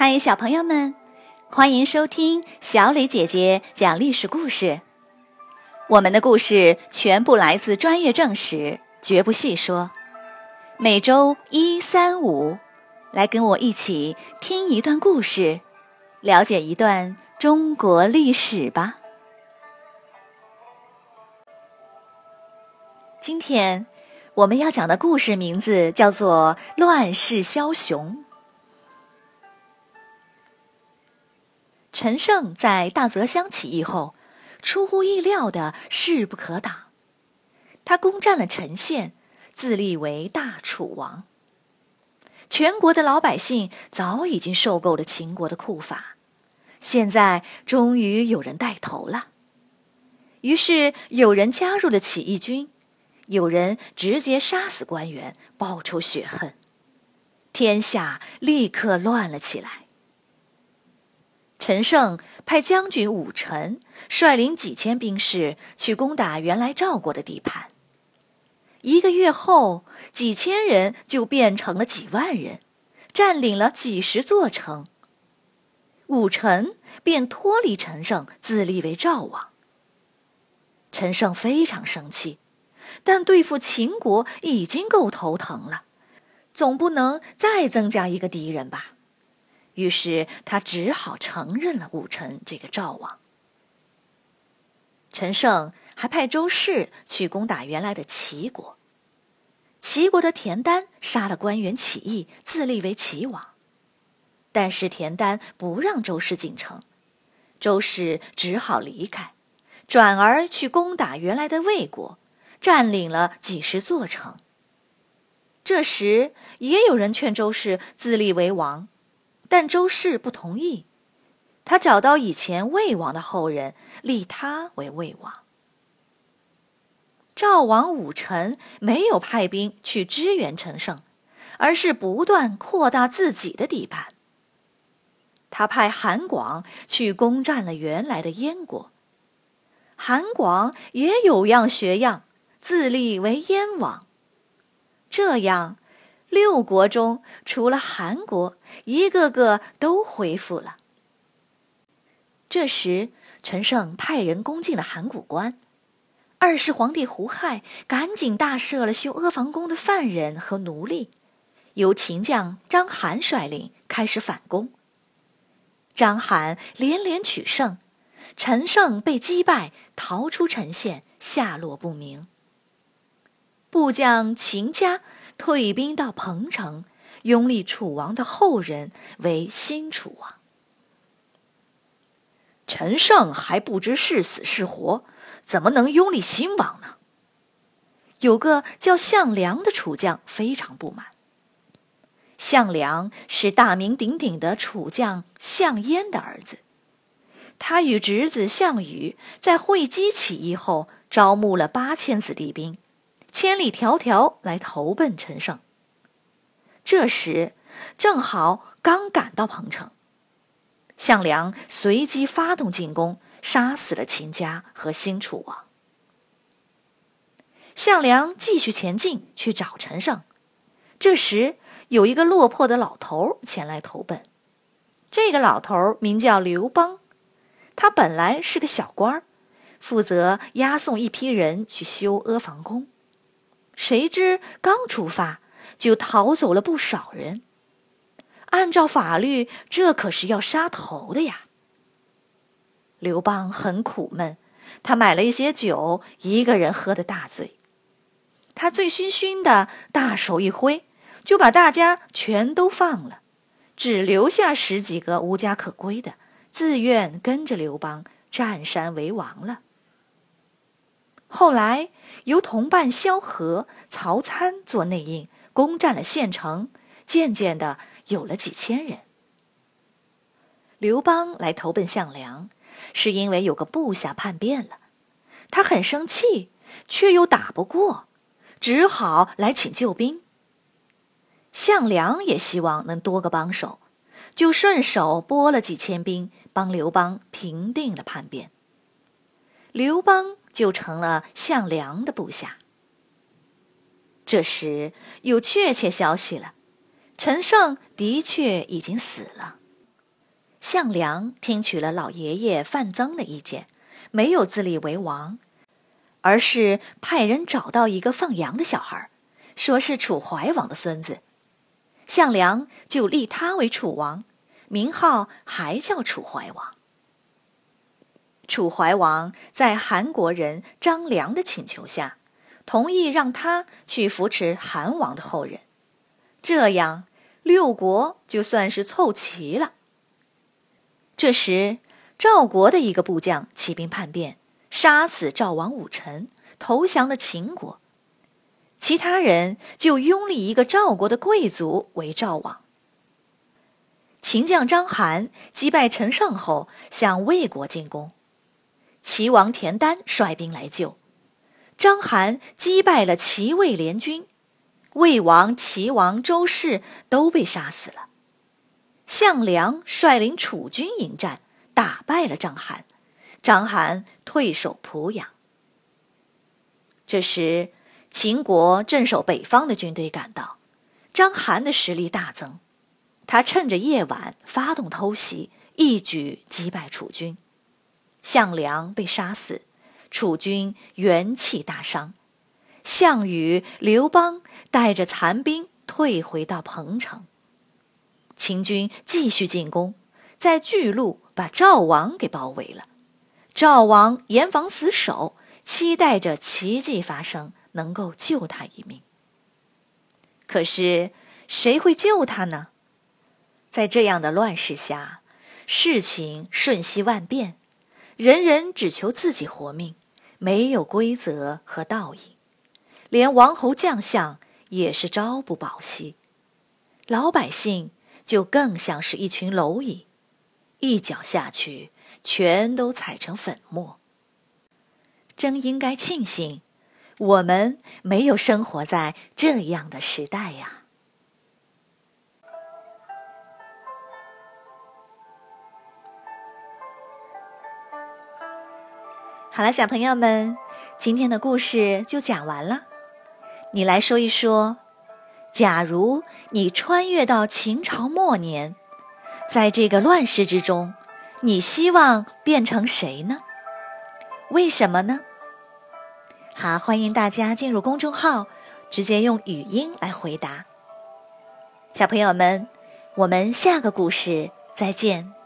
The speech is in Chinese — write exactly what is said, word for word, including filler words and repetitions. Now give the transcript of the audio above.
嗨，小朋友们，欢迎收听小磊姐姐讲历史故事。我们的故事全部来自专业正史，绝不细说。每周一、三、五，来跟我一起听一段故事，了解一段中国历史吧。今天我们要讲的故事名字叫做《乱世枭雄》。陈胜在大泽乡起义后，出乎意料的势不可挡。他攻占了陈县，自立为大楚王。全国的老百姓早已经受够了秦国的酷法，现在终于有人带头了。于是有人加入了起义军，有人直接杀死官员，报仇雪恨。天下立刻乱了起来。陈胜派将军武臣率领几千兵士去攻打原来赵国的地盘。一个月后，几千人就变成了几万人，占领了几十座城。武臣便脱离陈胜，自立为赵王。陈胜非常生气，但对付秦国已经够头疼了，总不能再增加一个敌人吧。于是他只好承认了武臣这个赵王。陈胜还派周氏去攻打原来的齐国。齐国的田单杀了官员起义，自立为齐王。但是田单不让周氏进城，周氏只好离开，转而去攻打原来的魏国，占领了几十座城。这时也有人劝周氏自立为王，但周氏不同意，他找到以前魏王的后人，立他为魏王。赵王武臣没有派兵去支援陈胜，而是不断扩大自己的地盘。他派韩广去攻占了原来的燕国，韩广也有样学样，自立为燕王。这样六国中除了韩国，一个个都恢复了。这时陈胜派人攻进了函谷关，二世皇帝胡亥赶紧大赦了修阿房宫的犯人和奴隶，由秦将章邯率领开始反攻。章邯连连取胜，陈胜被击败，逃出陈县，下落不明。部将秦嘉退兵到彭城，拥立楚王的后人为新楚王。陈胜还不知是死是活，怎么能拥立新王呢？有个叫项梁的楚将非常不满。项梁是大名鼎鼎的楚将项燕的儿子，他与侄子项羽在会稽起义后招募了八千子弟兵，千里迢迢来投奔陈胜。这时正好刚赶到彭城，项梁随即发动进攻，杀死了秦嘉和新楚王。项梁继续前进去找陈胜，这时有一个落魄的老头前来投奔。这个老头名叫刘邦，他本来是个小官，负责押送一批人去修阿房宫。谁知刚出发就逃走了不少人，按照法律这可是要杀头的呀。刘邦很苦闷，他买了一些酒，一个人喝得大醉。他醉醺醺的，大手一挥，就把大家全都放了，只留下十几个无家可归的，自愿跟着刘邦占山为王了。后来由同伴萧何、曹参做内应，攻占了县城，渐渐的有了几千人。刘邦来投奔项梁，是因为有个部下叛变了，他很生气，却又打不过，只好来请救兵。项梁也希望能多个帮手，就顺手拨了几千兵，帮刘邦平定了叛变。刘邦就成了项梁的部下。这时有确切消息了，陈胜的确已经死了。 项梁听取了老爷爷范增的意见，没有自立为王，而是派人找到一个放羊的小孩，说是楚怀王的孙子。项梁就立他为楚王，名号还叫楚怀王。楚怀王在韩国人张良的请求下，同意让他去扶持韩王的后人，这样六国就算是凑齐了。这时，赵国的一个部将起兵叛变，杀死赵王武臣，投降了秦国。其他人就拥立一个赵国的贵族为赵王。秦将章邯击败陈胜后，向魏国进攻。齐王田丹率兵来救，章邯击败了齐魏联军，魏王、齐王、周氏都被杀死了。项梁率领楚军迎战，打败了章邯，章邯退守濮阳。这时，秦国镇守北方的军队赶到，章邯的实力大增，他趁着夜晚发动偷袭，一举击败楚军。项梁被杀死，楚军元气大伤。项羽、刘邦带着残兵退回到彭城。秦军继续进攻，在巨鹿把赵王给包围了。赵王严防死守，期待着奇迹发生，能够救他一命。可是谁会救他呢？在这样的乱世下，事情瞬息万变，人人只求自己活命，没有规则和道义，连王侯将相也是朝不保夕。老百姓就更像是一群蝼蚁，一脚下去，全都踩成粉末。真应该庆幸，我们没有生活在这样的时代呀。好了，小朋友们，今天的故事就讲完了。你来说一说，假如你穿越到秦朝末年，在这个乱世之中，你希望变成谁呢？为什么呢？好，欢迎大家进入公众号，直接用语音来回答。小朋友们，我们下个故事再见。